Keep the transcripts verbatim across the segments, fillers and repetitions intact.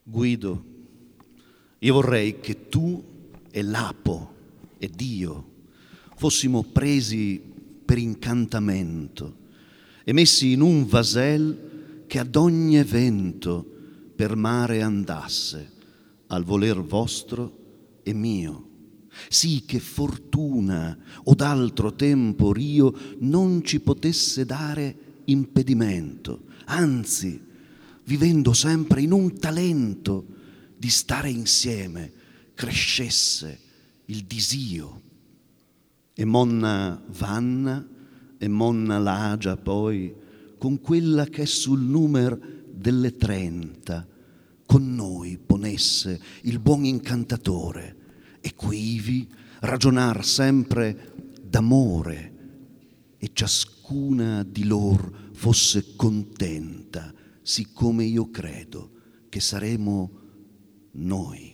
Guido, io vorrei che tu e l'Apo e Dio fossimo presi per incantamento e messi in un vasel che ad ogni evento per mare andasse, al voler vostro e mio. Sì che fortuna o d'altro tempo rio non ci potesse dare impedimento, anzi, vivendo sempre in un talento di stare insieme, crescesse il disio. E monna Vanna e monna Lagia poi, con quella che sul numer delle trenta, con noi ponesse il buon incantatore, e quivi ragionar sempre d'amore, e ciascuna di lor fosse contenta, siccome io credo che saremo noi.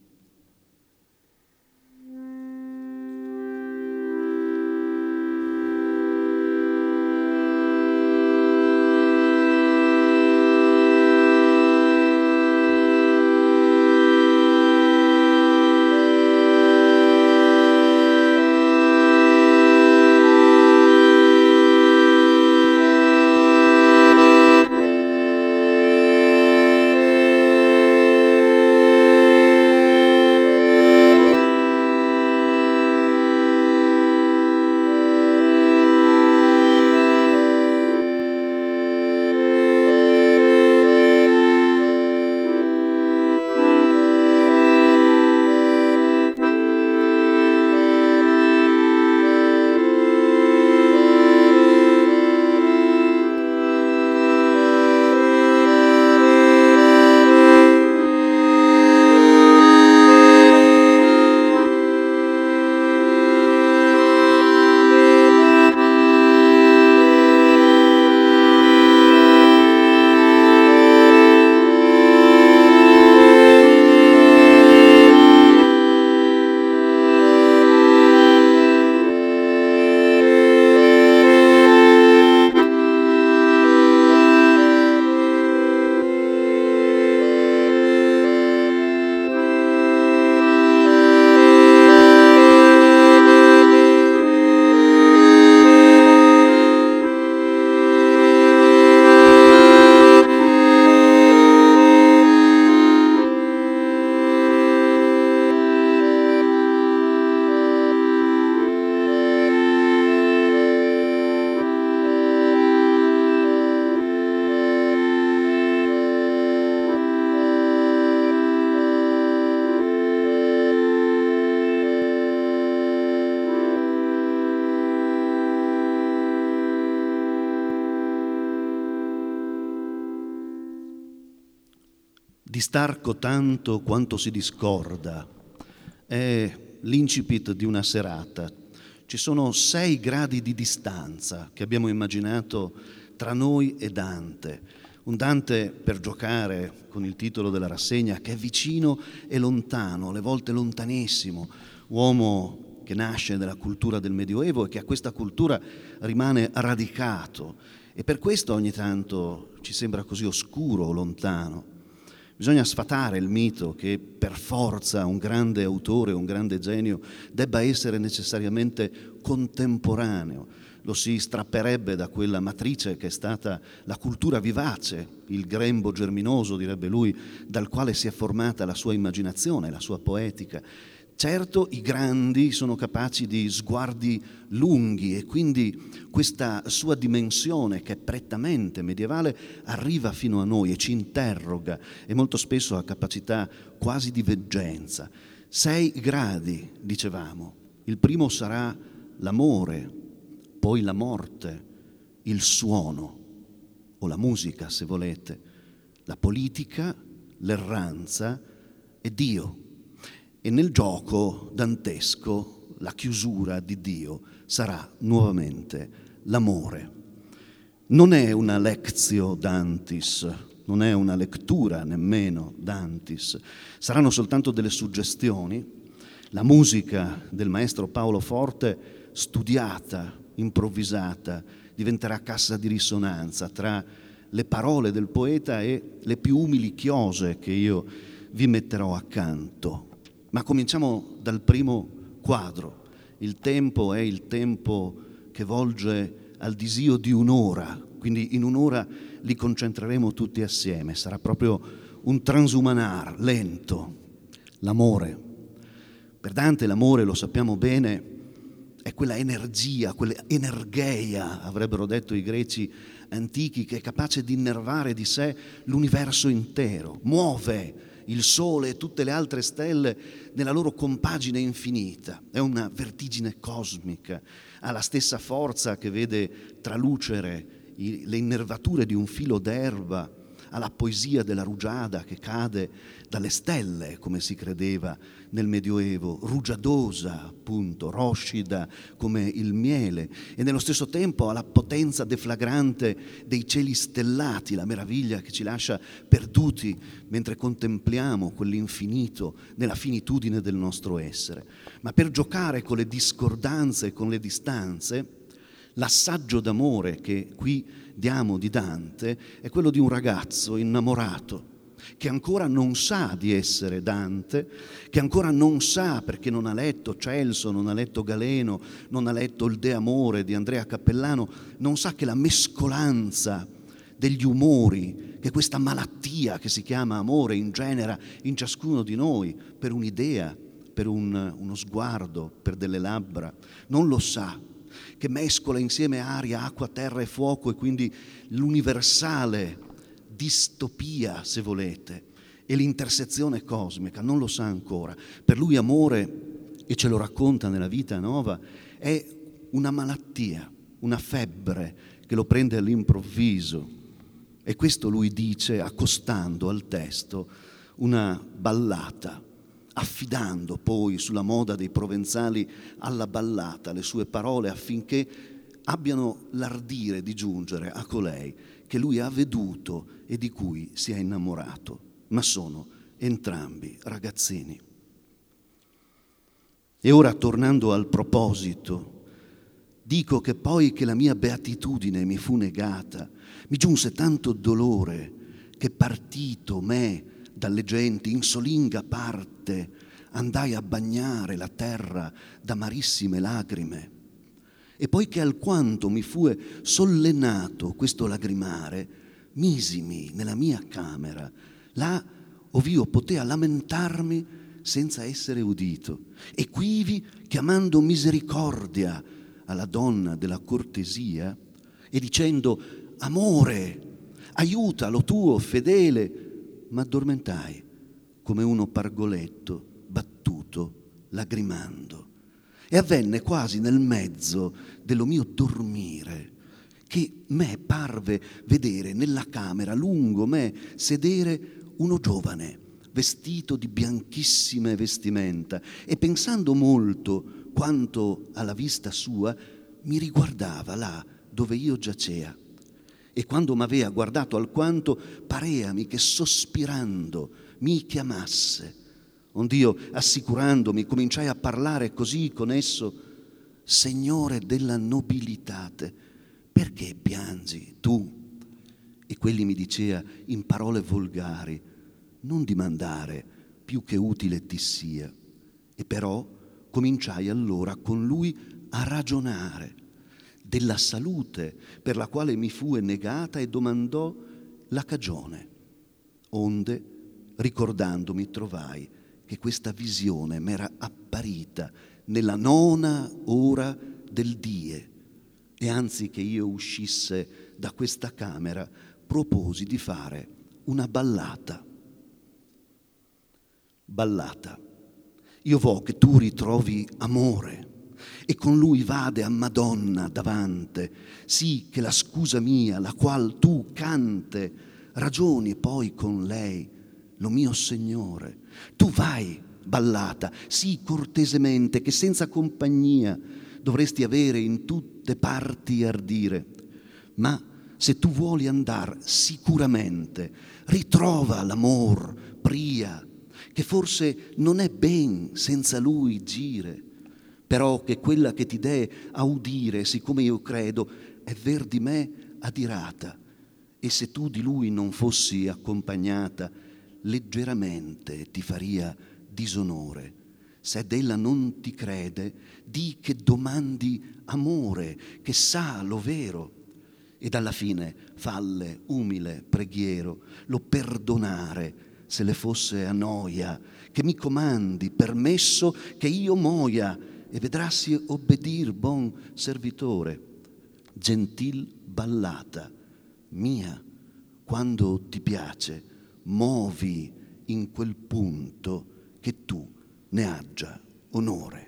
Distarco tanto quanto si discorda è l'incipit di una serata. Ci sono sei gradi di distanza che abbiamo immaginato tra noi e Dante. Un Dante per giocare con il titolo della rassegna che è vicino e lontano, alle volte lontanissimo, uomo che nasce nella cultura del Medioevo e che a questa cultura rimane radicato e per questo ogni tanto ci sembra così oscuro o lontano. Bisogna sfatare il mito che per forza un grande autore, un grande genio debba essere necessariamente contemporaneo. Lo si strapperebbe da quella matrice che è stata la cultura vivace, il grembo germinoso, direbbe lui, dal quale si è formata la sua immaginazione, la sua poetica. Certo, i grandi sono capaci di sguardi lunghi e quindi questa sua dimensione, che è prettamente medievale, arriva fino a noi e ci interroga e molto spesso ha capacità quasi di veggenza. Sei gradi, dicevamo. Il primo sarà l'amore, poi la morte, il suono, o la musica se volete, la politica, l'erranza e Dio. E nel gioco dantesco la chiusura di Dio sarà nuovamente l'amore. Non è una lectio Dantis, non è una lettura nemmeno Dantis, saranno soltanto delle suggestioni. La musica del maestro Paolo Forte, studiata, improvvisata, diventerà cassa di risonanza tra le parole del poeta e le più umili chiose che io vi metterò accanto. Ma cominciamo dal primo quadro. Il tempo è il tempo che volge al disio di un'ora, quindi in un'ora li concentreremo tutti assieme. Sarà proprio un transumanar lento. L'amore. Per Dante l'amore, lo sappiamo bene, è quella energia, quella energeia, avrebbero detto i greci antichi, che è capace di innervare di sé l'universo intero, muove il sole e tutte le altre stelle nella loro compagine infinita. È una vertigine cosmica, ha la stessa forza che vede tralucere i, le innervature di un filo d'erba, ha la poesia della rugiada che cade dalle stelle, come si credeva nel Medioevo, rugiadosa, appunto, roscida come il miele, e nello stesso tempo ha la potenza deflagrante dei cieli stellati, la meraviglia che ci lascia perduti mentre contempliamo quell'infinito nella finitudine del nostro essere. Ma per giocare con le discordanze e con le distanze, l'assaggio d'amore che qui diamo di Dante è quello di un ragazzo innamorato che ancora non sa di essere Dante, che ancora non sa, perché non ha letto Celso, non ha letto Galeno, non ha letto il De Amore di Andrea Cappellano, non sa che la mescolanza degli umori, che questa malattia che si chiama amore ingenera in ciascuno di noi per un'idea, per un, uno sguardo, per delle labbra, non lo sa, che mescola insieme aria, acqua, terra e fuoco, e quindi l'universale distopia, se volete, e l'intersezione cosmica, non lo sa ancora. Per lui amore, e ce lo racconta nella Vita Nova, è una malattia, una febbre che lo prende all'improvviso, e questo lui dice accostando al testo una ballata, affidando poi sulla moda dei provenzali alla ballata le sue parole, affinché abbiano l'ardire di giungere a colei che lui ha veduto e di cui si è innamorato, ma sono entrambi ragazzini. E ora, tornando al proposito, dico che poi che la mia beatitudine mi fu negata, mi giunse tanto dolore che partito me dalle genti in solinga parte andai a bagnare la terra d'amarissime lagrime. E poi che alquanto mi fue sollenato questo lagrimare, misimi nella mia camera, là ov'io potea lamentarmi senza essere udito, e quivi, chiamando misericordia alla donna della cortesia e dicendo amore, aiuta lo tuo fedele, m'addormentai come uno pargoletto battuto lagrimando. E avvenne quasi nel mezzo dello mio dormire che me parve vedere nella camera lungo me sedere uno giovane vestito di bianchissime vestimenta, e pensando molto quanto alla vista sua mi riguardava là dove io giacea. E quando m'avea guardato alquanto, pareami che sospirando mi chiamasse. Ond'io, assicurandomi, cominciai a parlare così con esso: Signore della nobilitate, perché piangi tu? E quegli mi dicea in parole volgari: non dimandare più che utile ti sia. E però cominciai allora con lui a ragionare della salute per la quale mi fue negata, e domandò la cagione. Onde, ricordandomi, trovai che questa visione m'era apparita nella nona ora del die, e anzi che io uscisse da questa camera, proposi di fare una ballata. Ballata. Io vo che tu ritrovi amore, e con lui vade a Madonna davante, sì che la scusa mia, la qual tu cante, ragioni poi con lei, lo mio Signore. Tu vai, ballata, sì cortesemente, che senza compagnia dovresti avere in tutte parti ardire. Ma se tu vuoli andar sicuramente, ritrova l'amor pria, che forse non è ben senza lui gire, però che quella che ti dee a udire, siccome io credo, è ver di me adirata, e se tu di lui non fossi accompagnata, leggeramente ti faria disonore. Se ed ella non ti crede, di che domandi amore, che sa lo vero. Ed alla fine falle umile preghiero, lo perdonare, se le fosse a noia, che mi comandi, permesso che io moia, e vedrassi obbedir, bon servitore. Gentil ballata mia, quando ti piace, movi in quel punto che tu ne aggia onore.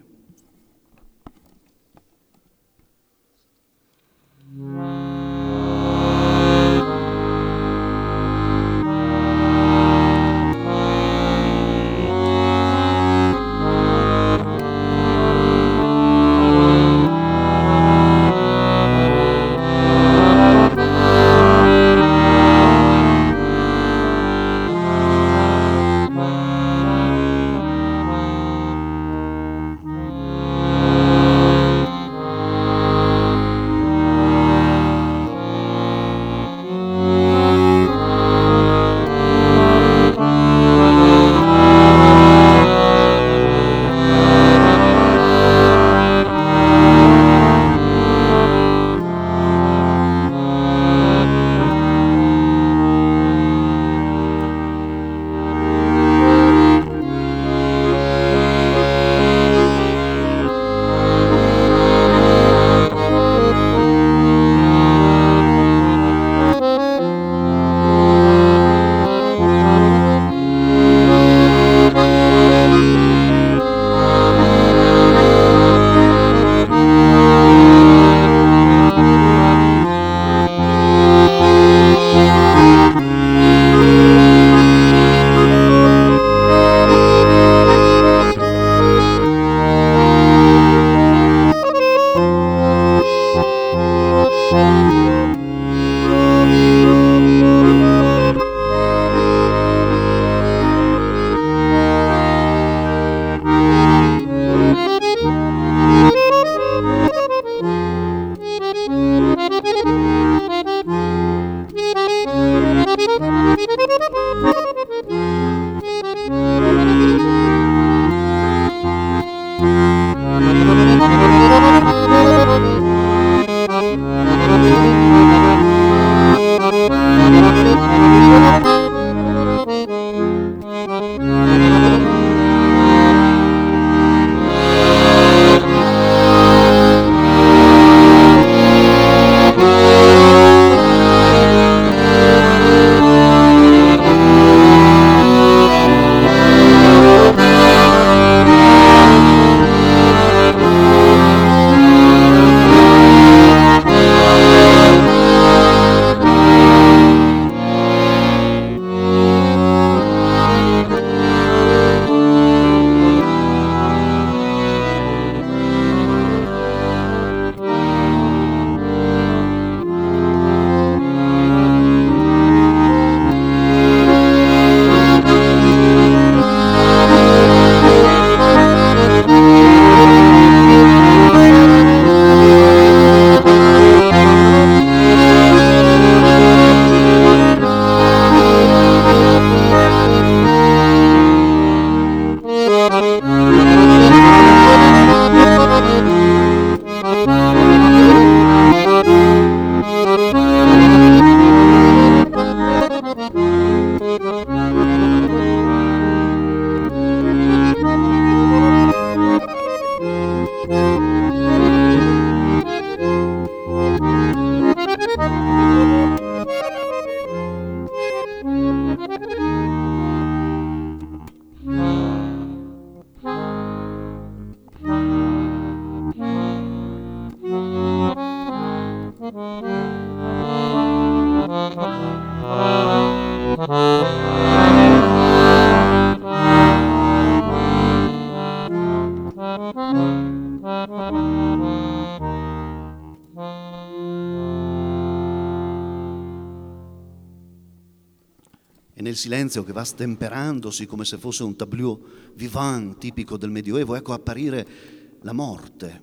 E nel silenzio che va stemperandosi come se fosse un tableau vivant tipico del Medioevo, ecco apparire la morte,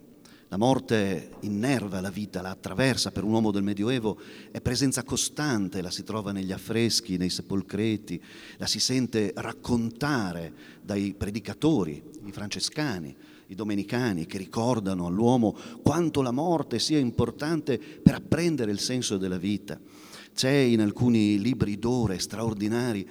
La morte innerva la vita, la attraversa. Per un uomo del Medioevo è presenza costante, la si trova negli affreschi, nei sepolcreti, la si sente raccontare dai predicatori, i francescani, i domenicani, che ricordano all'uomo quanto la morte sia importante per apprendere il senso della vita. C'è in alcuni libri d'ore straordinari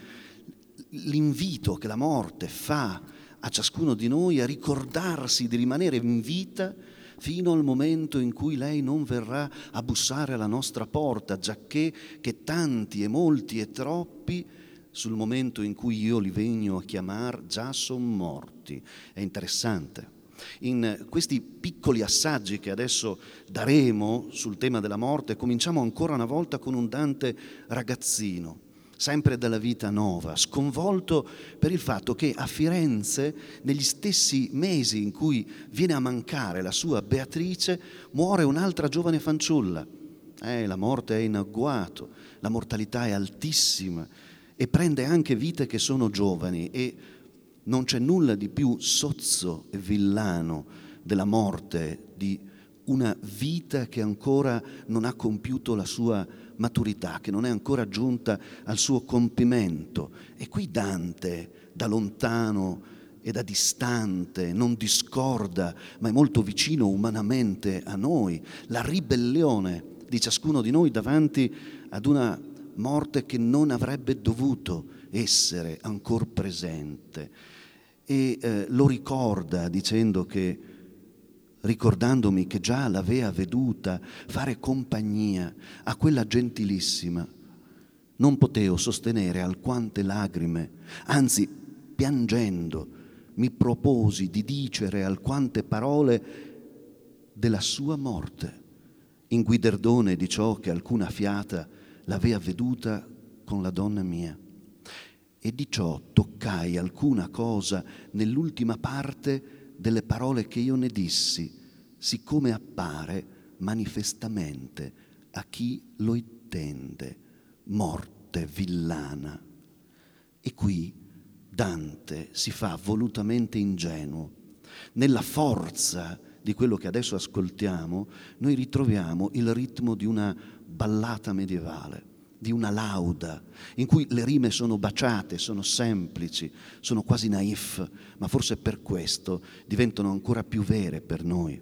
l'invito che la morte fa a ciascuno di noi a ricordarsi di rimanere in vita fino al momento in cui lei non verrà a bussare alla nostra porta, giacché che tanti e molti e troppi sul momento in cui io li vengo a chiamare già son morti. È interessante. In questi piccoli assaggi che adesso daremo sul tema della morte, cominciamo ancora una volta con un Dante ragazzino, sempre dalla vita nova, sconvolto per il fatto che a Firenze, negli stessi mesi in cui viene a mancare la sua Beatrice, muore un'altra giovane fanciulla. Eh, la morte è in agguato, la mortalità è altissima e prende anche vite che sono giovani, e non c'è nulla di più sozzo e villano della morte di una vita che ancora non ha compiuto la sua maturità, che non è ancora giunta al suo compimento. E qui Dante, da lontano e da distante, non discorda, ma è molto vicino umanamente a noi, la ribellione di ciascuno di noi davanti ad una morte che non avrebbe dovuto essere ancor presente. E eh, lo ricorda dicendo che, ricordandomi che già l'avea veduta fare compagnia a quella gentilissima, non poteo sostenere alquante lagrime, anzi piangendo mi proposi di dicere alquante parole della sua morte, in guiderdone di ciò che alcuna fiata l'avea veduta con la donna mia. E di ciò toccai alcuna cosa nell'ultima parte delle parole che io ne dissi, siccome appare manifestamente a chi lo intende, morte villana. E qui Dante si fa volutamente ingenuo. Nella forza di quello che adesso ascoltiamo, noi ritroviamo il ritmo di una ballata medievale, di una lauda, in cui le rime sono baciate, sono semplici, sono quasi naif, ma forse per questo diventano ancora più vere per noi.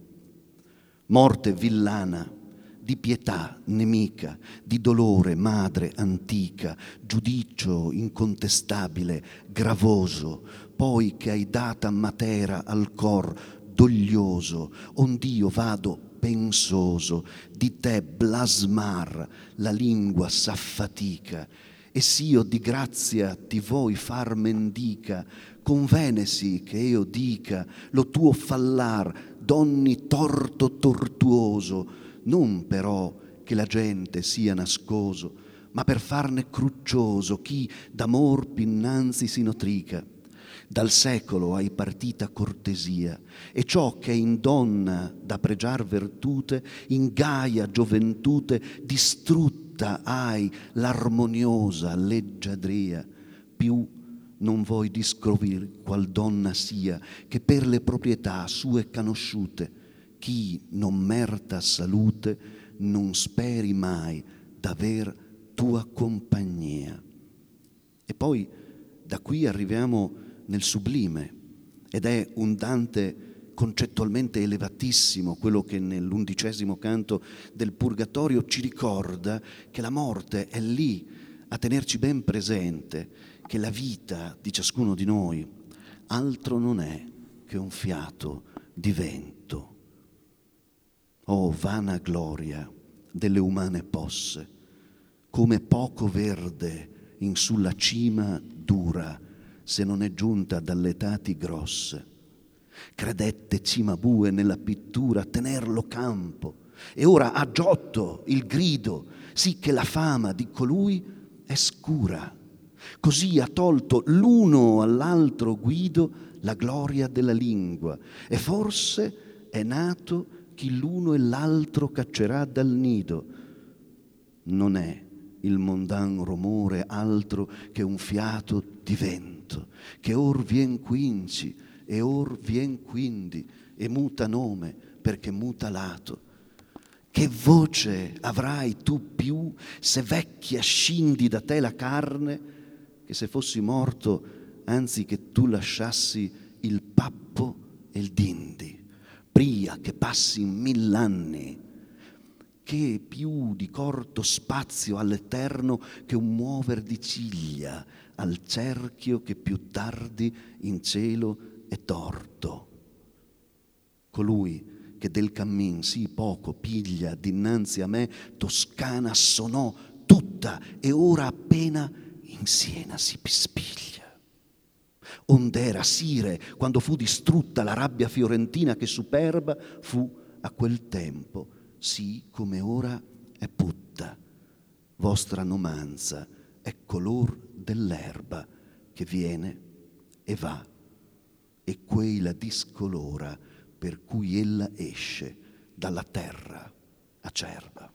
Morte villana, di pietà nemica, di dolore madre antica, giudicio incontestabile, gravoso, poi che hai data matera al cor doglioso, ond'io vado pensoso, di te blasmar la lingua s'affatica, e s'io di grazia ti vuoi far mendica, convenesi che io dica lo tuo fallar d'ogni torto tortuoso, non però che la gente sia nascoso, ma per farne cruccioso chi d'amor pinnanzi si notrica. Dal secolo hai partita cortesia, e ciò che in donna da pregiar virtute, in gaia gioventute distrutta hai l'armoniosa leggiadria. Più non vuoi discrovir qual donna sia, che per le proprietà sue conosciute, chi non merta salute non speri mai d'aver tua compagnia. E poi da qui arriviamo nel sublime, ed è un Dante concettualmente elevatissimo, quello che nell'undicesimo canto del Purgatorio ci ricorda che la morte è lì a tenerci ben presente, che la vita di ciascuno di noi altro non è che un fiato di vento. Oh, vana gloria delle umane posse, come poco verde in sulla cima dura, se non è giunta dalle etati grosse. Credette Cimabue nella pittura tenerlo campo, e ora ha Giotto il grido, sì che la fama di colui è scura. Così ha tolto l'uno all'altro guido la gloria della lingua, e forse è nato chi l'uno e l'altro caccerà dal nido. Non è il mondan rumore altro che un fiato di vento, che or vien quinci e or vien quindi, e muta nome perché muta lato. Che voce avrai tu più se vecchia scindi da te la carne, che se fossi morto, anzi che tu lasciassi il pappo e il dindi, pria che passi mill'anni, che più di corto spazio all'eterno che un muover di ciglia al cerchio che più tardi in cielo è torto. Colui che del cammin sì poco piglia dinanzi a me, Toscana sonò tutta e ora appena in Siena si pispiglia. Ond'era Sire quando fu distrutta la rabbia fiorentina che superba fu a quel tempo, sì come ora è putta. Vostra nomanza è color dell'erba che viene e va, e quei la discolora per cui ella esce dalla terra acerba.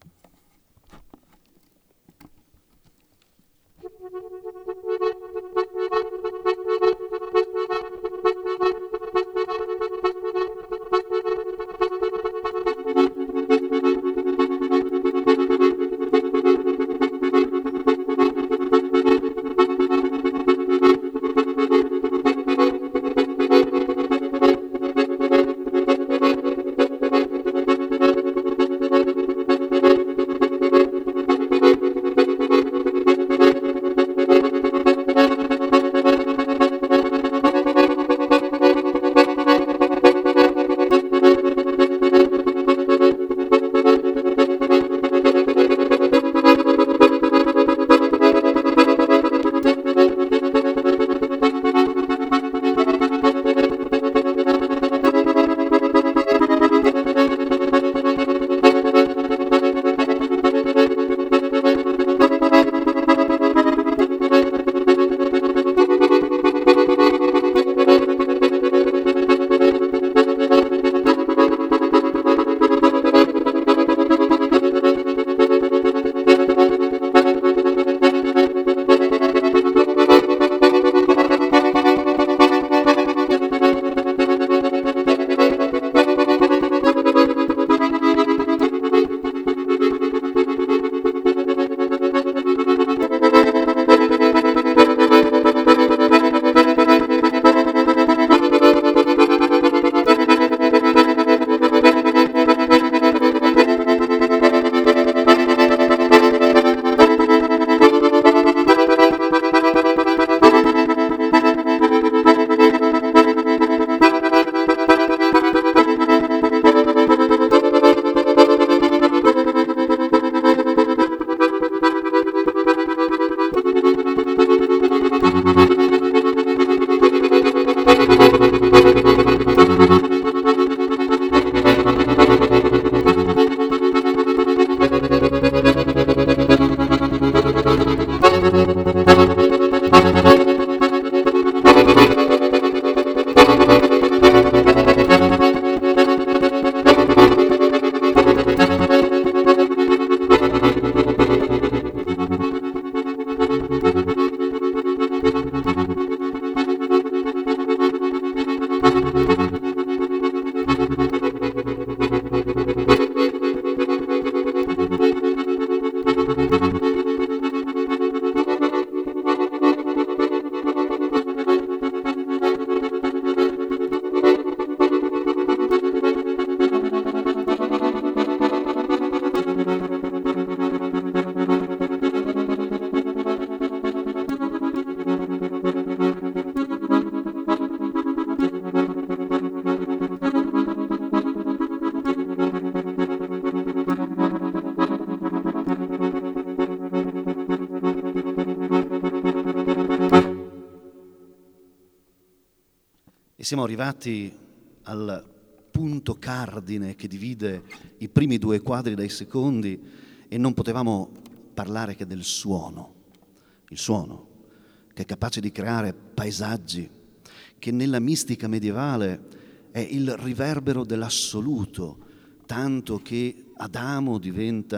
E siamo arrivati al punto cardine che divide i primi due quadri dai secondi e non potevamo parlare che del suono, il suono che è capace di creare paesaggi, che nella mistica medievale è il riverbero dell'assoluto, tanto che Adamo diventa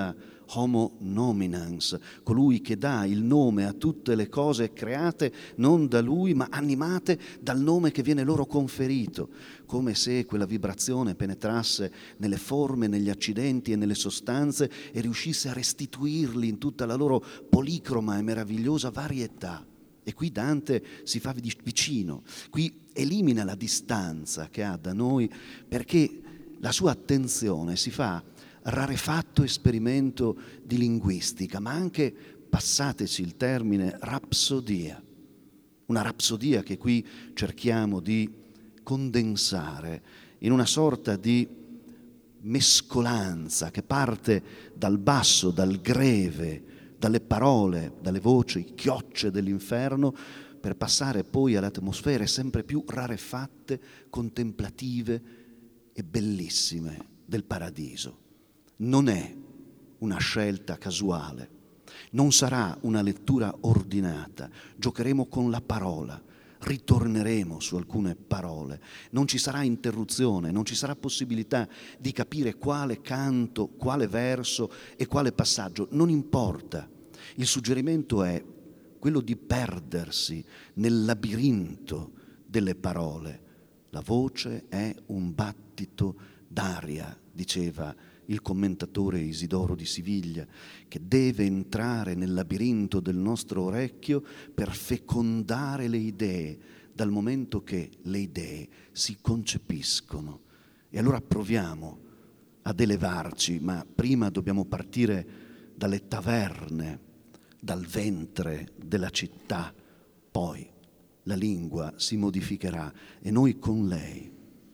homo nominans, colui che dà il nome a tutte le cose create non da lui ma animate dal nome che viene loro conferito, come se quella vibrazione penetrasse nelle forme, negli accidenti e nelle sostanze e riuscisse a restituirli in tutta la loro policroma e meravigliosa varietà. E qui Dante si fa vicino, qui elimina la distanza che ha da noi, perché la sua attenzione si fa rarefatto esperimento di linguistica, ma anche, passateci il termine, rapsodia. Una rapsodia che qui cerchiamo di condensare in una sorta di mescolanza che parte dal basso, dal greve, dalle parole, dalle voci, chiocce dell'inferno, per passare poi alle atmosfere sempre più rarefatte, contemplative e bellissime del paradiso. Non è una scelta casuale, non sarà una lettura ordinata, giocheremo con la parola, ritorneremo su alcune parole, non ci sarà interruzione, non ci sarà possibilità di capire quale canto, quale verso e quale passaggio, non importa. Il suggerimento è quello di perdersi nel labirinto delle parole. La voce è un battito d'aria, diceva il commentatore Isidoro di Siviglia, che deve entrare nel labirinto del nostro orecchio per fecondare le idee, dal momento che le idee si concepiscono. E allora proviamo ad elevarci, ma prima dobbiamo partire dalle taverne, dal ventre della città, poi la lingua si modificherà e noi con lei.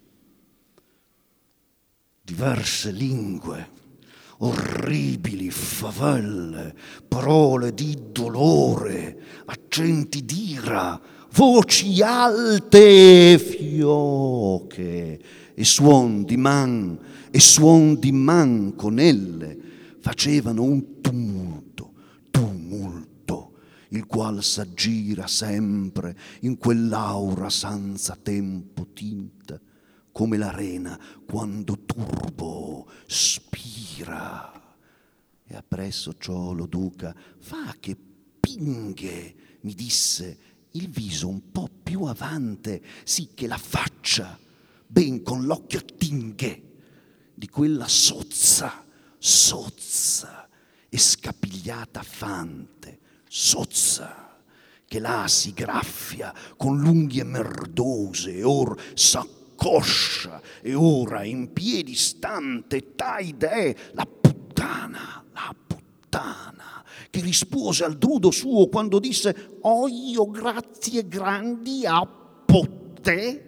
Diverse lingue, orribili favelle, parole di dolore, accenti d'ira, voci alte e fioche e suon di man e suon di man con elle facevano un tumulto, tumulto, il qual s'aggira sempre in quell'aura senza tempo tinta, come l'arena quando turbo spira. E appresso ciò lo duca fa che pinghe, mi disse, il viso un po' più avante, sì che la faccia ben con l'occhio attinghe di quella sozza, sozza e scapigliata fante, sozza, che là si graffia con l'unghie merdose e or s'accoscia e ora in piedi stante taide è la puttana, la puttana, che rispose al drudo suo quando disse «Ho io grazie grandi a pote?»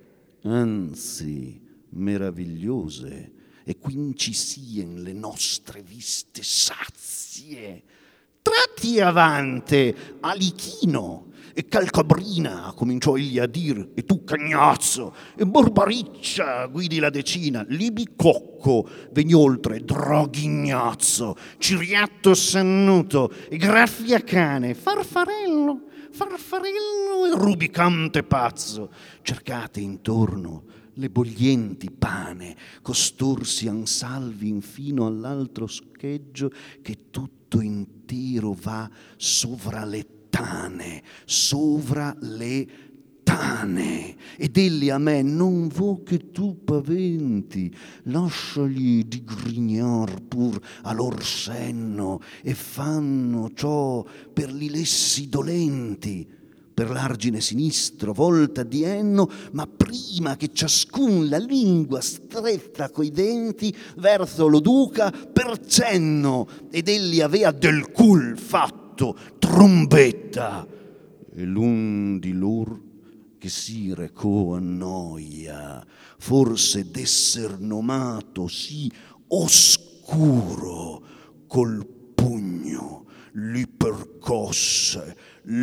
Anzi, meravigliose, e quinci sien le nostre viste sazie. Tratti avante, Alichino, e Calcabrina, cominciò egli a dir, e tu Cagnazzo, e Barbariccia, guidi la decina, Libicocco, vegni oltre, Draghignazzo, Ciriatto Sannuto, e Graffiacane, Farfarello, Farfarello e Rubicante pazzo. Cercate intorno le boglienti pane, costor sian salvi infino all'altro scheggio che tutto intero va sovra le tane, sovra le tane. Ed elli a me non vo che tu paventi, lasciagli di grignar pur a lor senno e fanno ciò per li lessi dolenti. Per l'argine sinistro, volta di enno, ma prima che ciascun la lingua stretta coi denti, verso lo duca per cenno, ed egli avea del cul fatto trombetta. E l'un di lor che si recò a noia, forse d'esser nomato sì oscuro, col pugno li percosse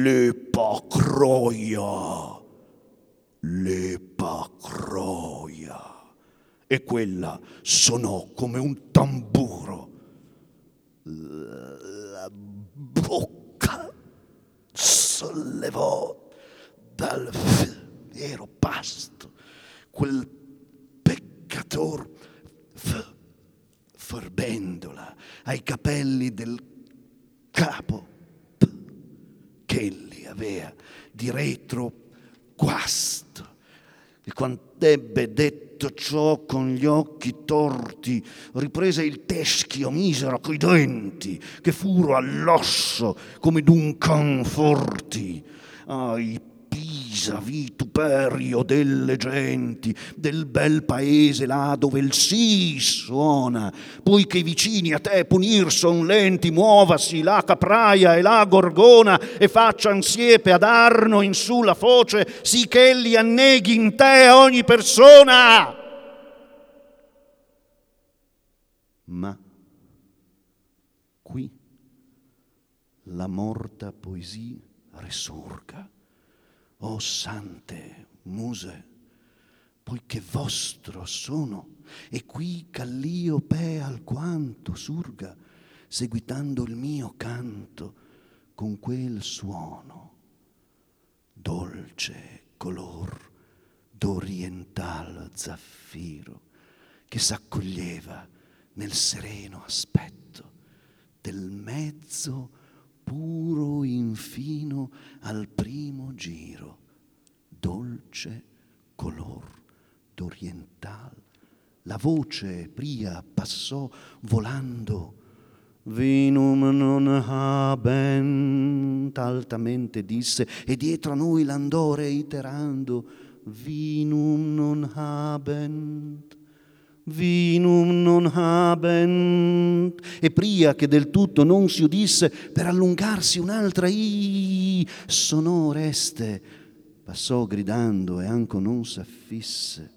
l'epacroia, l'epacroia, e quella sonò come un tamburo. La bocca sollevò dal fiero pasto quel peccator f- forbendola ai capelli del capo, ch'egli avea di retro guasto. E quant'ebbe detto ciò, con gli occhi torti riprese il teschio misero coi denti che furo all'osso come d'un can forti. Ai Pisa, vituperio delle genti, del bel paese là dove il sì suona, poi che i vicini a te punir son lenti, muovasi la capraia e la gorgona e faccian siepe ad Arno in su la foce, sì che elli anneghi in te ogni persona. Ma qui la morta poesia resurga. O sante muse, poiché vostro sono, e qui Calliope alquanto surga, seguitando il mio canto con quel suono, dolce color d'oriental zaffiro, che s'accoglieva nel sereno aspetto del mezzo puro infino al primo giro, dolce color d'oriental. La voce pria passò volando, vinum non habent, altamente disse, e dietro a noi l'andò iterando, vinum non habent. Vinum non habent, e pria che del tutto non si udisse, per allungarsi un'altra i sonoreste, passò gridando e anco non s'affisse.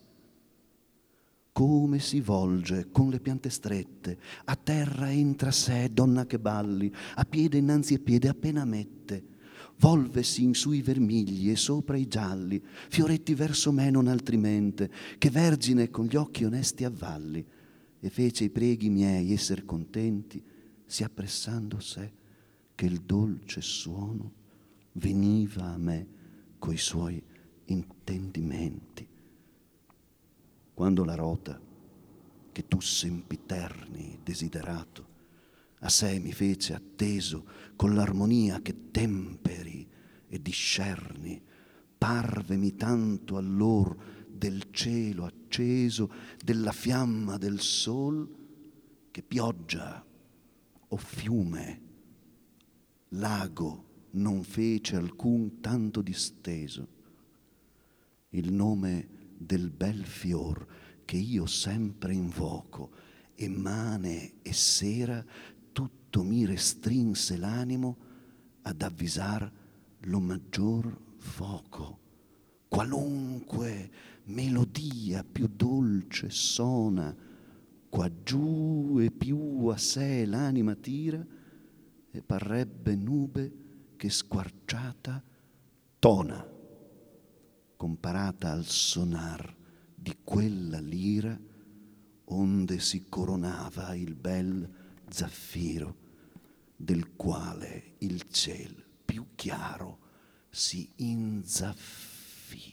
Come si volge con le piante strette, a terra entra sé, donna che balli, a piede innanzi a piede appena mette, volvesi in sui vermigli e sopra i gialli, fioretti verso me non altrimente, che vergine con gli occhi onesti avvalli, e fece i preghi miei esser contenti, si appressando sé, che il dolce suono veniva a me coi suoi intendimenti. Quando la rota, che tu sempiterni desiderato, a sé mi fece atteso con l'armonia che temperi e discerni, parvemi tanto allor del cielo acceso, della fiamma del sol, che pioggia o fiume, lago non fece alcun tanto disteso. Il nome del bel fior che io sempre invoco, e mane e sera tutto mi restrinse l'animo ad avvisar lo maggior foco. Qualunque melodia più dolce sona, qua giù e più a sé l'anima tira, e parrebbe nube che squarciata tona, comparata al sonar di quella lira onde si coronava il bel zaffiro, del quale il ciel più chiaro si inzaffira.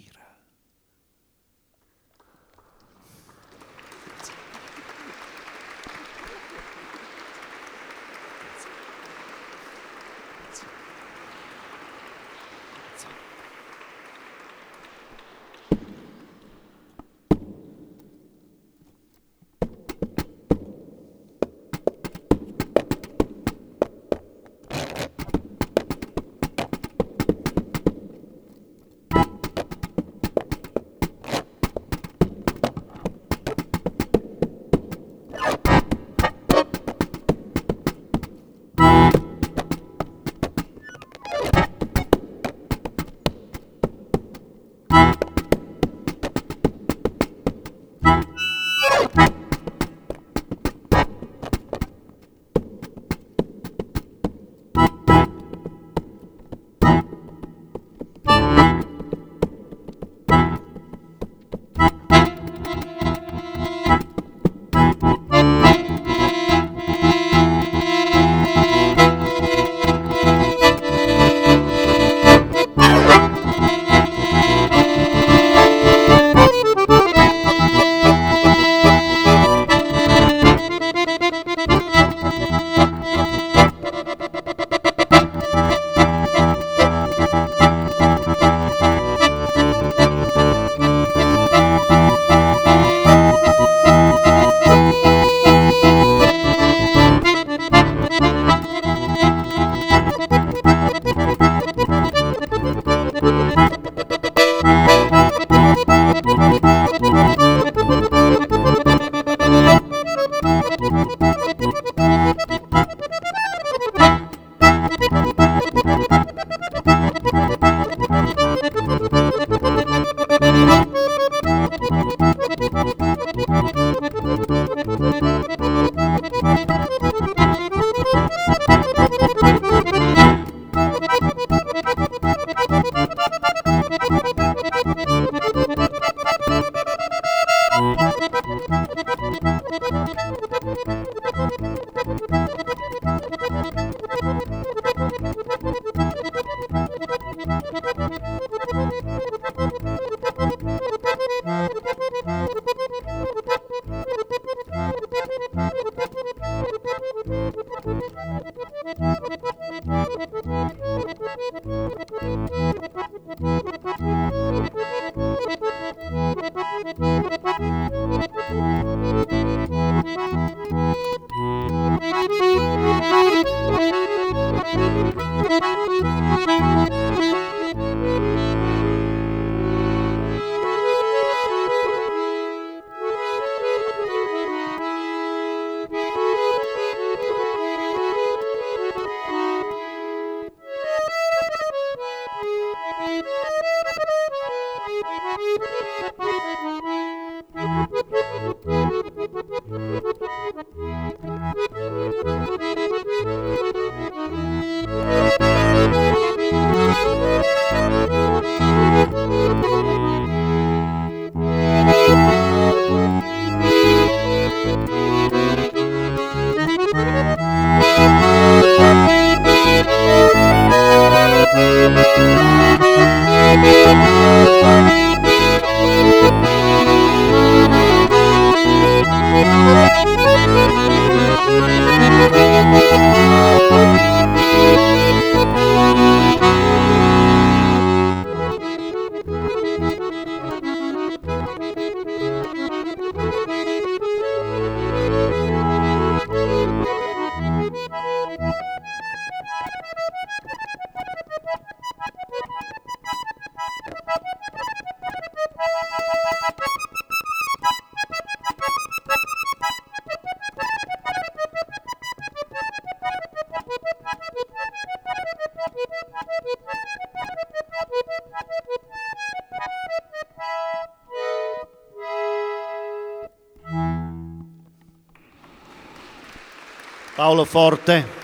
Paolo Forte.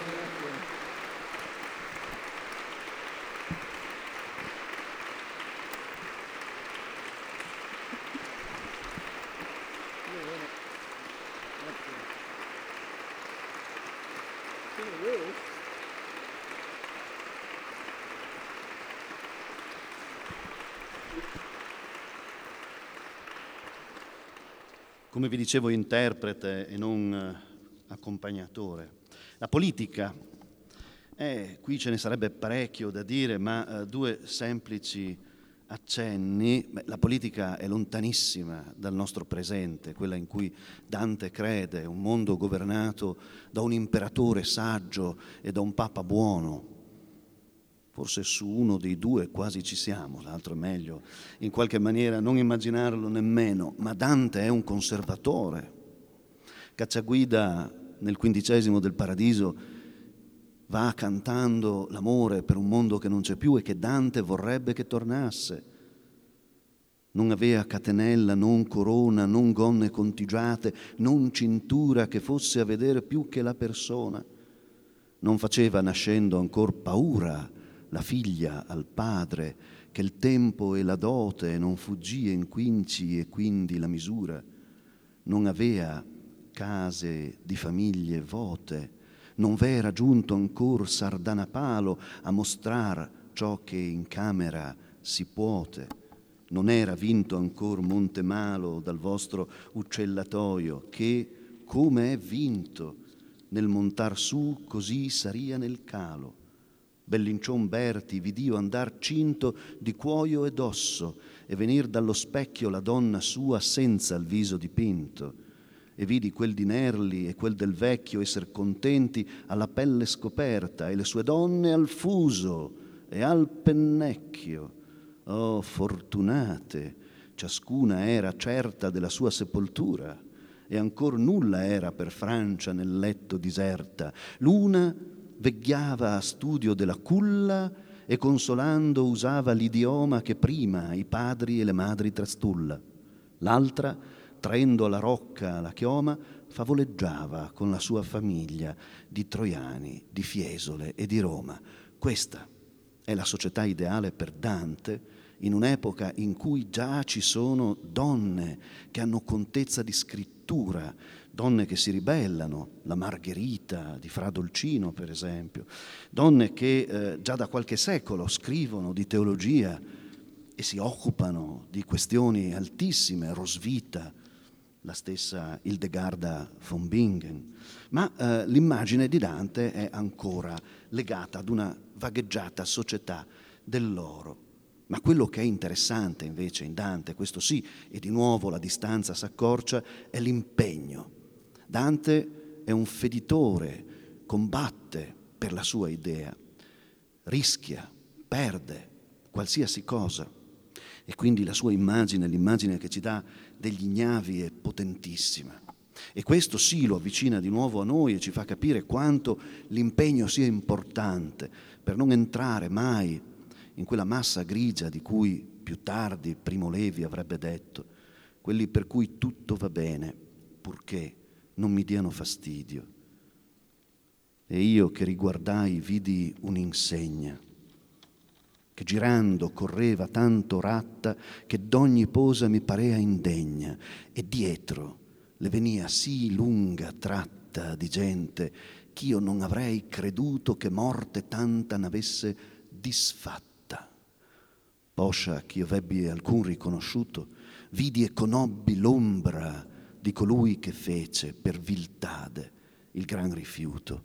Come vi dicevo, interprete e non accompagnatore. La politica, eh, qui ce ne sarebbe parecchio da dire, ma eh, due semplici accenni. Beh, la politica è lontanissima dal nostro presente, quella in cui Dante crede, un mondo governato da un imperatore saggio e da un papa buono. Forse su uno dei due quasi ci siamo, l'altro è meglio in qualche maniera non immaginarlo nemmeno, ma Dante è un conservatore. Cacciaguida nel quindicesimo del Paradiso va cantando l'amore per un mondo che non c'è più e che Dante vorrebbe che tornasse. Non avea catenella, non corona, non gonne contigiate, non cintura che fosse a vedere più che la persona. Non faceva nascendo ancor paura la figlia al padre, che il tempo e la dote non fuggì in quinci e quindi la misura. Non avea case di famiglie vote, non v'era giunto ancor Sardanapalo a mostrar ciò che in camera si puote. Non era vinto ancor Montemalo dal vostro uccellatoio, che, come è vinto, nel montar su così saria nel calo. Bellincion Berti vidio andar cinto di cuoio ed osso e venir dallo specchio la donna sua senza il viso dipinto. E vidi quel di Nerli e quel del vecchio esser contenti alla pelle scoperta e le sue donne al fuso e al pennecchio. Oh, fortunate! Ciascuna era certa della sua sepoltura e ancor nulla era per Francia nel letto diserta. L'una vegliava a studio della culla e consolando usava l'idioma che prima i padri e le madri trastulla. L'altra, traendo alla rocca la chioma, favoleggiava con la sua famiglia di Troiani, di Fiesole e di Roma. Questa è la società ideale per Dante in un'epoca in cui già ci sono donne che hanno contezza di scrittura, donne che si ribellano, la Margherita di Fra Dolcino per esempio, donne che eh, già da qualche secolo scrivono di teologia e si occupano di questioni altissime, Roswitha, la stessa Hildegarda von Bingen, ma eh, l'immagine di Dante è ancora legata ad una vagheggiata società dell'oro. Ma quello che è interessante invece in Dante, questo sì, e di nuovo la distanza s'accorcia, è l'impegno. Dante è un feditore, combatte per la sua idea, rischia, perde qualsiasi cosa. E quindi la sua immagine, l'immagine che ci dà degli ignavi è potentissima. E questo sì lo avvicina di nuovo a noi e ci fa capire quanto l'impegno sia importante per non entrare mai in quella massa grigia di cui più tardi Primo Levi avrebbe detto, quelli per cui tutto va bene, purché non mi diano fastidio. E io che riguardai vidi un'insegna, che girando correva tanto ratta che d'ogni posa mi parea indegna, e dietro le venia sì lunga tratta di gente ch'io non avrei creduto che morte tanta n'avesse disfatta. Poscia ch'io vebbi alcun riconosciuto, vidi e conobbi l'ombra di colui che fece per viltade il gran rifiuto.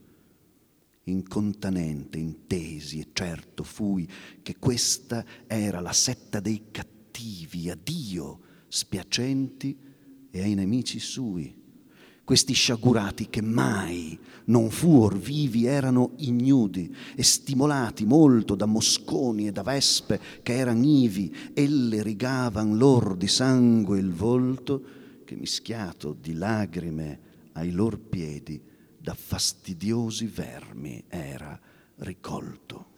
Incontanente intesi e certo fui che questa era la setta dei cattivi, a Dio spiacenti e ai nemici sui. Questi sciagurati che mai non fuor vivi erano ignudi e stimolati molto da mosconi e da vespe che eran ivi, elle rigavan lor di sangue il volto, che mischiato di lagrime ai lor piedi da fastidiosi vermi era ricolto.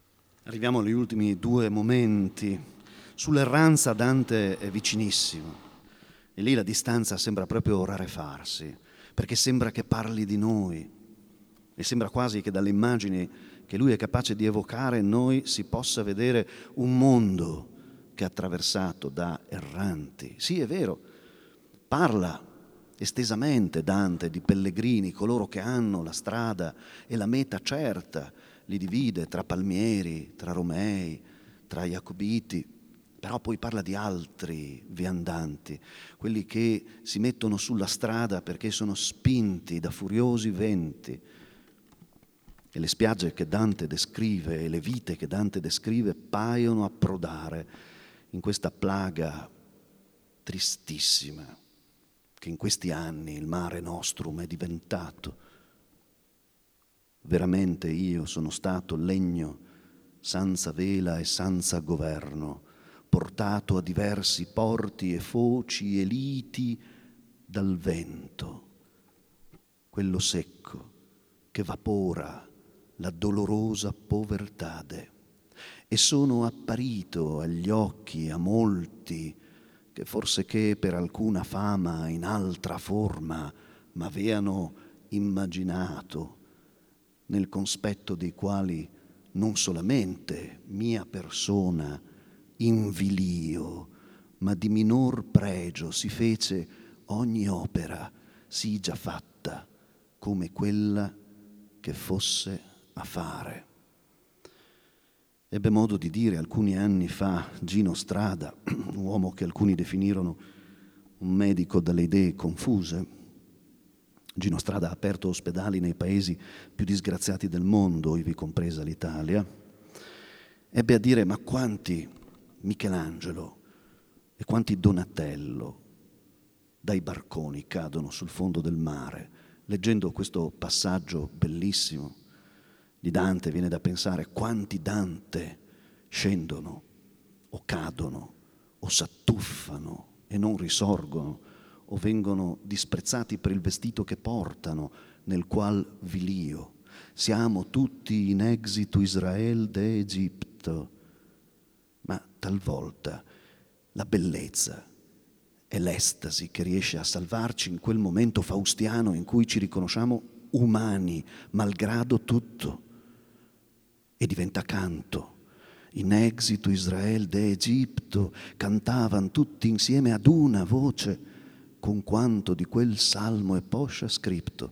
Arriviamo agli ultimi due momenti. Sull'erranza Dante è vicinissimo. E lì la distanza sembra proprio rarefarsi, perché sembra che parli di noi e sembra quasi che dalle immagini che lui è capace di evocare noi si possa vedere un mondo che è attraversato da erranti. Sì, è vero, parla estesamente Dante di pellegrini, coloro che hanno la strada e la meta certa, li divide tra palmieri, tra romei, tra jacobiti, però poi parla di altri viandanti, quelli che si mettono sulla strada perché sono spinti da furiosi venti. E le spiagge che Dante descrive e le vite che Dante descrive paiono approdare in questa plaga tristissima che in questi anni il mare nostrum è diventato. Veramente io sono stato legno senza vela e senza governo, portato a diversi porti e foci e liti dal vento, quello secco che vapora la dolorosa povertade, e sono apparito agli occhi a molti che forse che per alcuna fama in altra forma m'aveano immaginato, nel conspetto dei quali non solamente mia persona invilio, ma di minor pregio si fece ogni opera sì già fatta come quella che fosse a fare. Ebbe modo di dire alcuni anni fa Gino Strada, un uomo che alcuni definirono un medico dalle idee confuse. Gino Strada ha aperto ospedali nei paesi più disgraziati del mondo, ivi compresa l'Italia. Ebbe a dire: ma quanti Michelangelo e quanti Donatello dai barconi cadono sul fondo del mare. Leggendo questo passaggio bellissimo di Dante viene da pensare quanti Dante scendono o cadono o s'attuffano e non risorgono o vengono disprezzati per il vestito che portano, nel qual vilio. Siamo tutti in exito Israel de Egitto. Ma talvolta la bellezza è l'estasi che riesce a salvarci in quel momento faustiano in cui ci riconosciamo umani, malgrado tutto, e diventa canto. In exito Israel de Egitto cantavan tutti insieme ad una voce, con quanto di quel salmo è poscia scritto.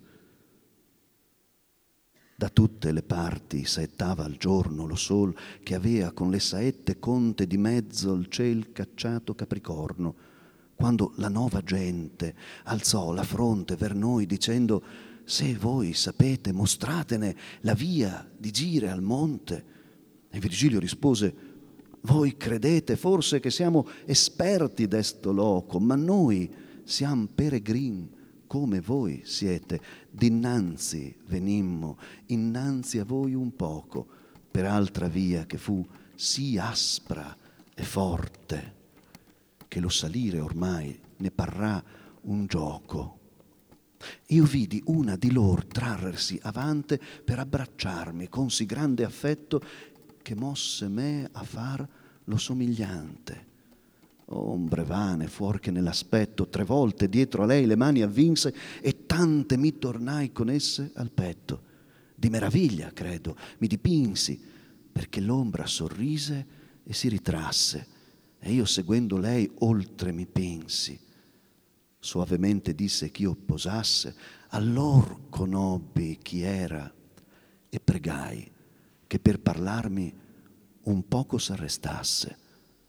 Da tutte le parti saettava al giorno lo sol, che avea con le saette conte di mezzo il ciel cacciato Capricorno, quando la nova gente alzò la fronte ver noi dicendo: se voi sapete, mostratene la via di gire al monte. E Virgilio rispose: voi credete forse che siamo esperti d'esto loco, ma noi siamo peregrini come voi siete. Dinanzi venimmo, innanzi a voi un poco, per altra via che fu sì aspra e forte, che lo salire ormai ne parrà un gioco. Io vidi una di lor trarresi avante per abbracciarmi con sì grande affetto che mosse me a far lo somigliante. Ombre vane, fuor che nell'aspetto, tre volte dietro a lei le mani avvinse e tante mi tornai con esse al petto. Di meraviglia, credo, mi dipinsi, perché l'ombra sorrise e si ritrasse, e io seguendo lei oltre mi pensi. Soavemente disse ch'io posasse, allor conobbi chi era e pregai che per parlarmi un poco s'arrestasse.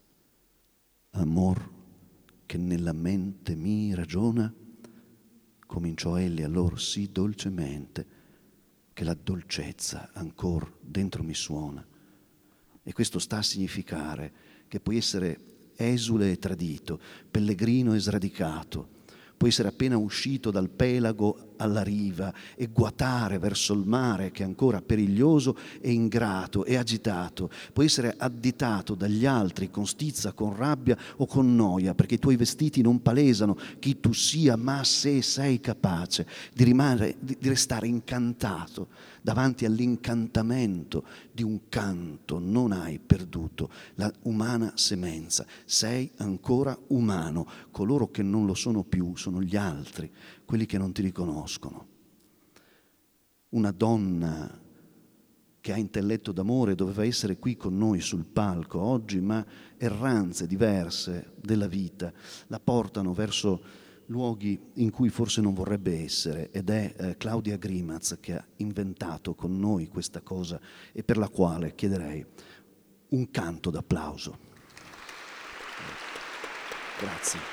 Amor che nella mente mi ragiona, cominciò egli allor sì dolcemente che la dolcezza ancor dentro mi suona. E questo sta a significare che puoi essere esule e tradito, pellegrino e sradicato, puoi essere appena uscito dal pelago alla riva e guatare verso il mare che è ancora periglioso e ingrato e agitato. Puoi essere additato dagli altri con stizza, con rabbia o con noia, perché i tuoi vestiti non palesano chi tu sia, ma se sei capace di rimanere, di, di restare incantato davanti all'incantamento di un canto, non hai perduto la umana semenza, sei ancora umano. Coloro che non lo sono più sono gli altri, quelli che non ti riconoscono. Una donna che ha intelletto d'amore doveva essere qui con noi sul palco oggi, ma erranze diverse della vita la portano verso luoghi in cui forse non vorrebbe essere, ed è eh, Claudia Grimaz che ha inventato con noi questa cosa e per la quale chiederei un canto d'applauso. Grazie.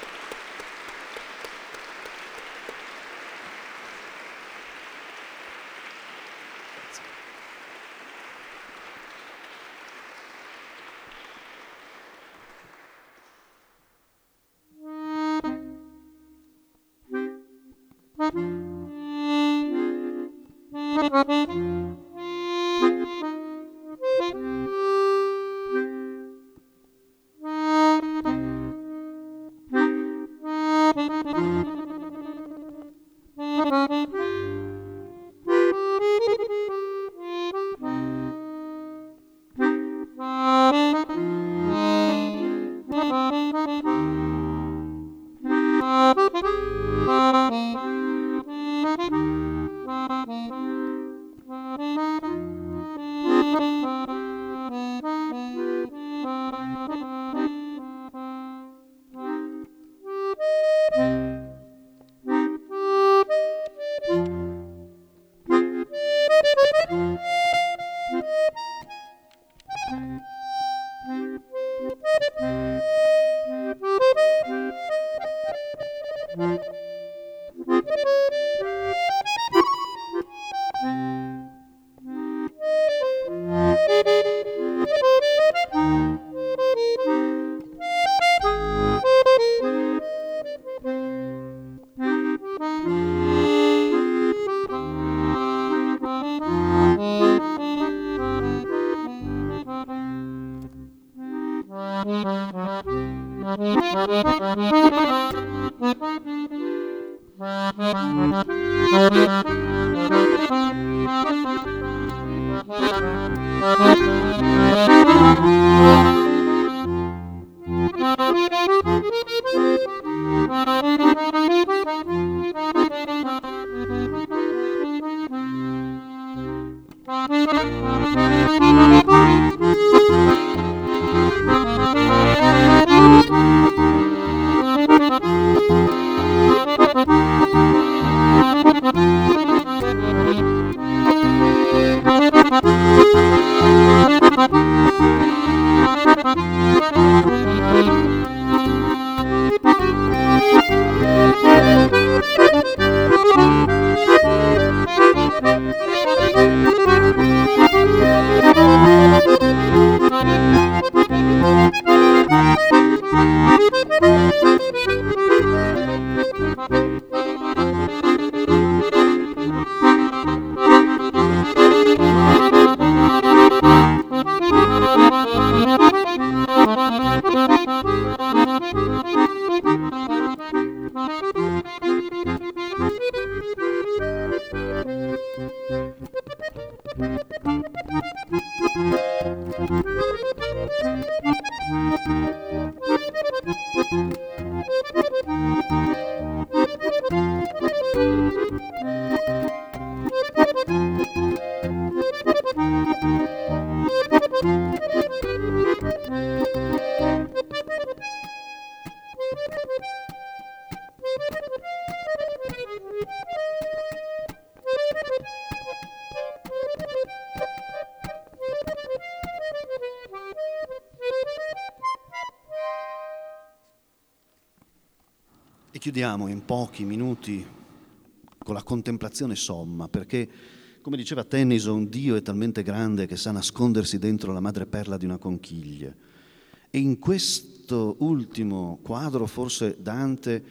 E chiudiamo in pochi minuti con la contemplazione somma, perché, come diceva Tennyson, Dio è talmente grande che sa nascondersi dentro la madreperla di una conchiglia. E in questo ultimo quadro forse Dante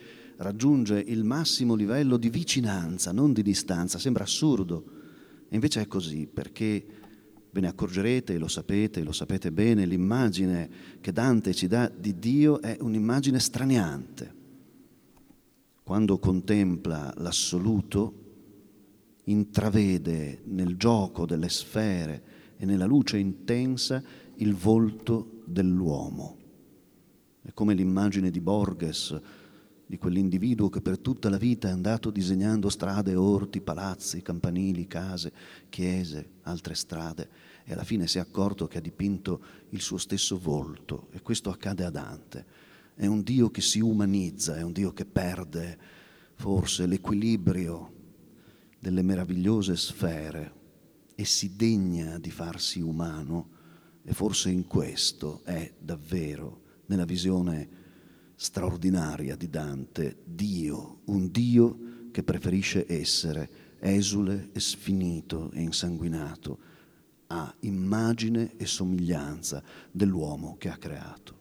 raggiunge il massimo livello di vicinanza, non di distanza. Sembra assurdo, e invece è così, perché ve ne accorgerete, lo sapete, lo sapete bene, l'immagine che Dante ci dà di Dio è un'immagine straniante. Quando contempla l'assoluto, intravede nel gioco delle sfere e nella luce intensa il volto dell'uomo. È come l'immagine di Borges, di quell'individuo che per tutta la vita è andato disegnando strade, orti, palazzi, campanili, case, chiese, altre strade, e alla fine si è accorto che ha dipinto il suo stesso volto, e questo accade a Dante. È un Dio che si umanizza, è un Dio che perde forse l'equilibrio delle meravigliose sfere e si degna di farsi umano, e forse in questo è davvero, nella visione straordinaria di Dante, Dio, un Dio che preferisce essere esule e sfinito e insanguinato, a immagine e somiglianza dell'uomo che ha creato.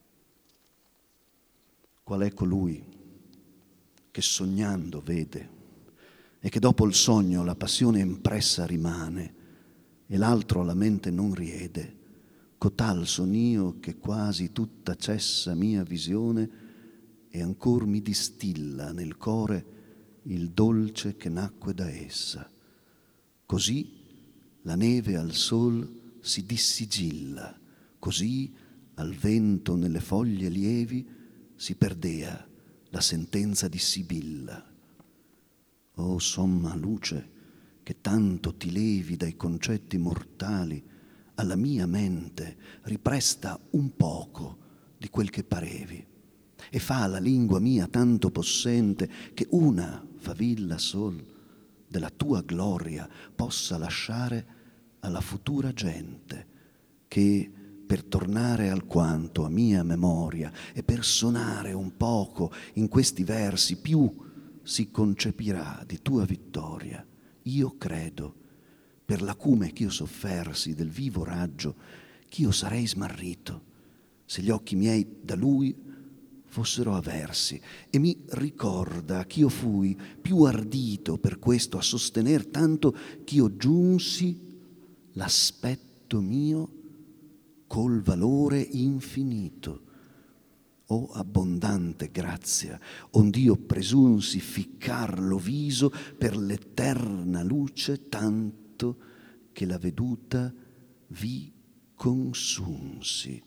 Qual è colui che sognando vede e che dopo il sogno la passione impressa rimane e l'altro la mente non riede? Cotal son io che quasi tutta cessa mia visione e ancor mi distilla nel core il dolce che nacque da essa. Così la neve al sol si dissigilla, così al vento nelle foglie lievi si perdea la sentenza di Sibilla. O somma luce, che tanto ti levi dai concetti mortali, alla mia mente ripresta un poco di quel che parevi, e fa la lingua mia tanto possente che una favilla sol della tua gloria possa lasciare alla futura gente, che per tornare alquanto a mia memoria e per sonare un poco in questi versi più si concepirà di tua vittoria. Io credo, per l'acume ch'io soffersi del vivo raggio, ch'io sarei smarrito se gli occhi miei da lui fossero aversi, e mi ricorda ch'io fui più ardito per questo a sostener tanto ch'io giunsi l'aspetto mio col valore infinito. O abbondante grazia, ond'io presunsi ficcar lo viso per l'eterna luce tanto che la veduta vi consunsi.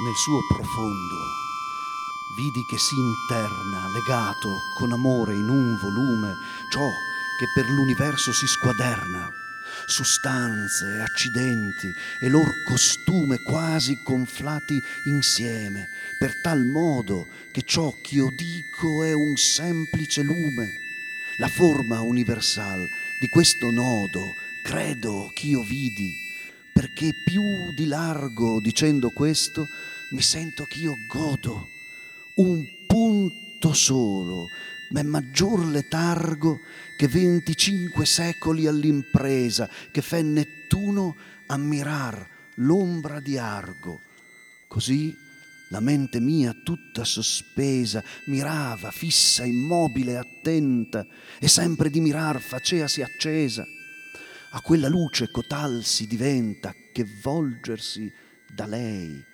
nel suo profondo, vidi che si interna, legato con amore in un volume, ciò che per l'universo si squaderna, sostanze, accidenti e lor costume quasi conflati insieme, per tal modo che ciò ch'io dico è un semplice lume. La forma universal di questo nodo credo ch'io vidi, perché più di largo dicendo questo mi sento ch'io godo. Un punto solo m'è maggior letargo che venticinque secoli all'impresa che fe Nettuno ammirar l'ombra di Argo. Così la mente mia tutta sospesa mirava fissa, immobile, attenta, e sempre di mirar faceasi accesa. A quella luce cotal si diventa che volgersi da lei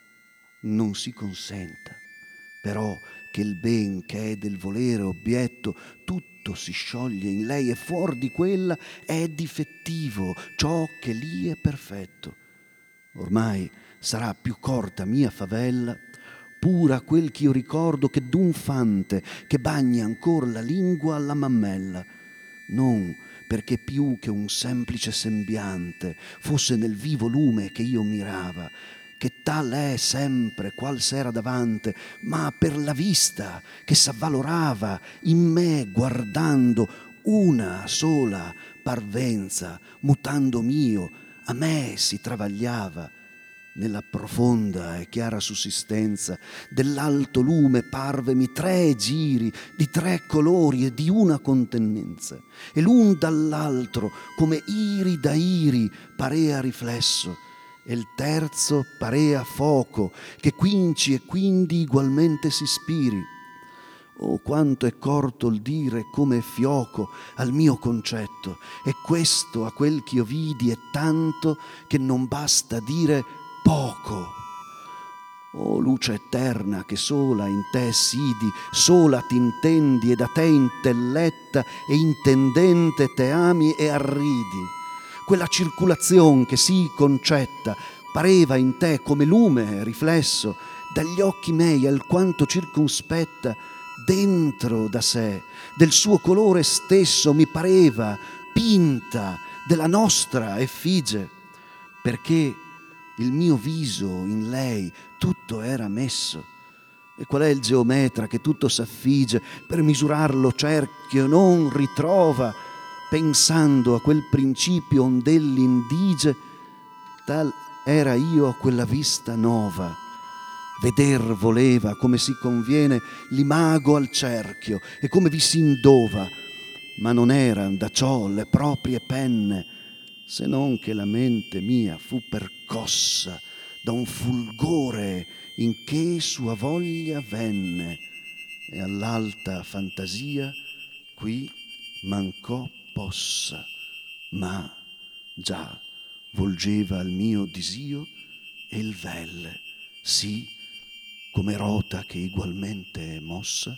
non si consenta, però che il ben che è del volere obietto tutto si scioglie in lei e fuor di quella è difettivo ciò che lì è perfetto. Ormai sarà più corta mia favella, pura quel ch'io ricordo che d'un fante che bagna ancor la lingua alla mammella, non perché più che un semplice sembiante fosse nel vivo lume che io mirava, che tal è sempre qual s'era davante, ma per la vista che s'avvalorava in me guardando una sola parvenza, mutando mio, a me si travagliava. Nella profonda e chiara sussistenza dell'alto lume parvemi tre giri di tre colori e di una contenenza, e l'un dall'altro come iri da iri parea riflesso, e il terzo parea foco che quinci e quindi ugualmente si spiri. Oh, quanto è corto il dire come è fioco al mio concetto, e questo a quel ch'io vidi è tanto che non basta dire poco. Oh, luce eterna che sola in te sidi, sola t'intendi e da te intelletta e intendente te ami e arridi. Quella circolazione che si concetta pareva in te come lume riflesso dagli occhi miei alquanto circonspetta dentro da sé, del suo colore stesso mi pareva pinta della nostra effigie, perché il mio viso in lei tutto era messo. E qual è il geometra che tutto s'affige per misurarlo cerchio non ritrova, pensando a quel principio ond'elli indige, tal era io a quella vista nova. Veder voleva come si conviene l'imago al cerchio e come vi si indova, ma non eran da ciò le proprie penne, se non che la mente mia fu percossa da un fulgore in che sua voglia venne, e all'alta fantasia qui mancò possa, ma già volgeva al mio disio e il velle, sì, come rota che egualmente è mossa,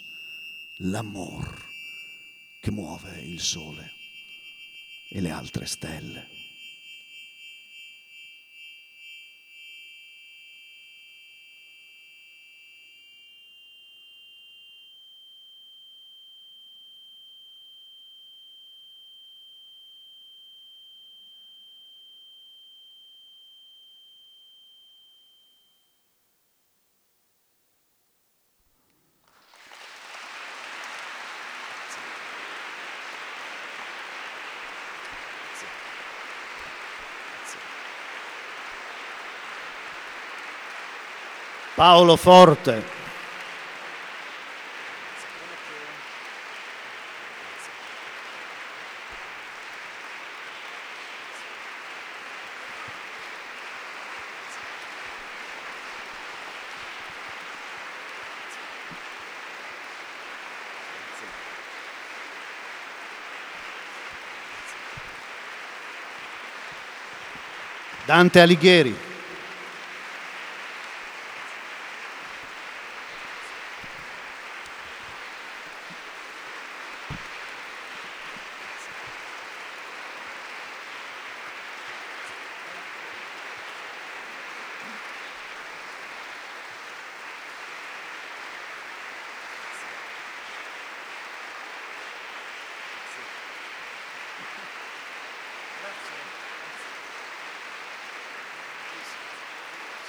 l'amor che muove il sole e le altre stelle. Paolo Forte. Dante Alighieri.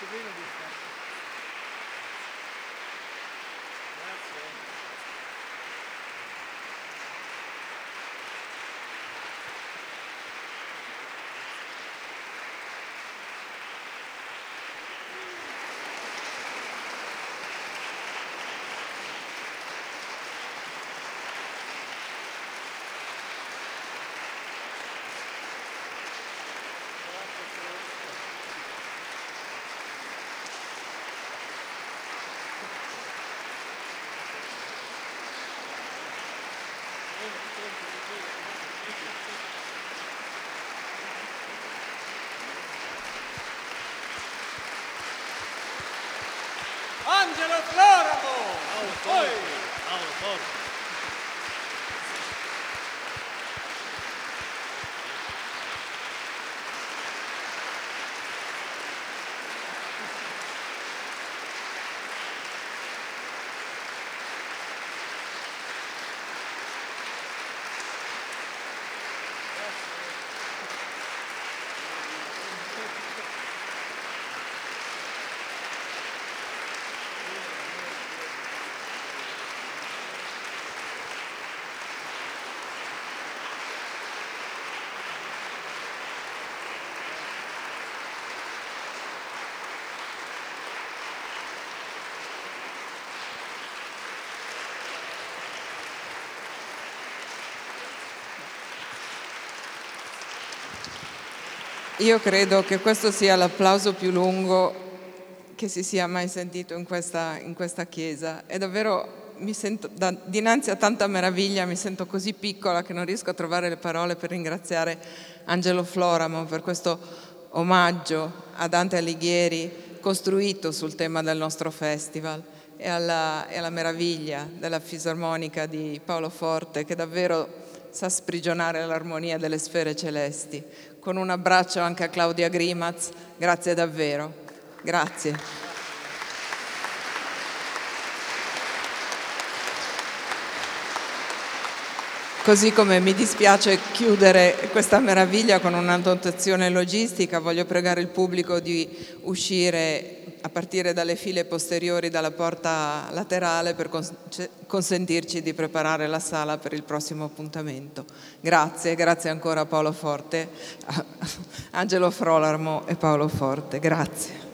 Angelo Floramo! Paolo Forte! Paolo Forte! Io credo che questo sia l'applauso più lungo che si sia mai sentito in questa, in questa chiesa. E davvero mi sento, da, dinanzi a tanta meraviglia, mi sento così piccola che non riesco a trovare le parole per ringraziare Angelo Floramo per questo omaggio a Dante Alighieri costruito sul tema del nostro festival e alla, e alla meraviglia della fisarmonica di Paolo Forte, che davvero sa sprigionare l'armonia delle sfere celesti. Con un abbraccio anche a Claudia Grimaz, grazie davvero, grazie. Così come mi dispiace chiudere questa meraviglia con una notazione logistica, voglio pregare il pubblico di uscire a partire dalle file posteriori dalla porta laterale per consentirci di preparare la sala per il prossimo appuntamento. Grazie, grazie ancora a Paolo Forte, Angelo Floramo e Paolo Forte, grazie.